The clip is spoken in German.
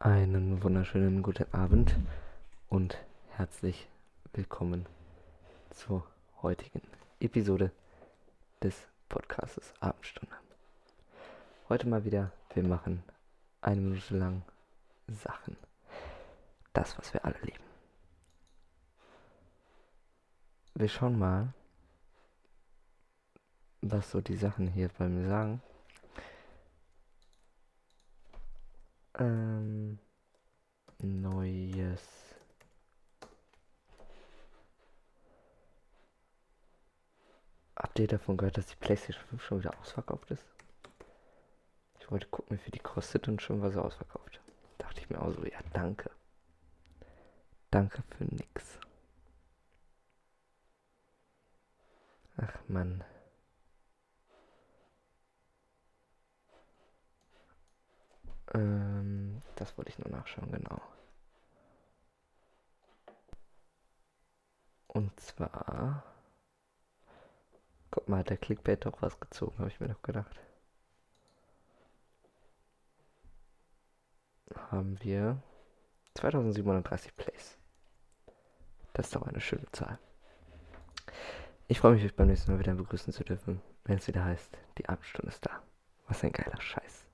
Einen wunderschönen guten Abend und herzlich willkommen zur heutigen Episode des Podcastes Abendstunde. Heute mal wieder, wir machen 1 Minute lang Sachen. Das, was wir alle lieben. Wir schauen mal, was so die Sachen hier bei mir sagen. Neues. Habt ihr davon gehört, dass die PlayStation 5 schon wieder ausverkauft ist? Ich wollte gucken, wie viel die kostet und schon war sie ausverkauft. Dachte ich mir auch so, ja, danke. Danke für nix. Ach Mann. Das wollte ich nur nachschauen, genau. Und zwar... Guck mal, hat der Clickbait doch was gezogen, habe ich mir doch gedacht. Haben wir 2730 Plays. Das ist doch eine schöne Zahl. Ich freue mich, euch beim nächsten Mal wieder begrüßen zu dürfen, wenn es wieder heißt, die Abendstunde ist da. Was ein geiler Scheiß.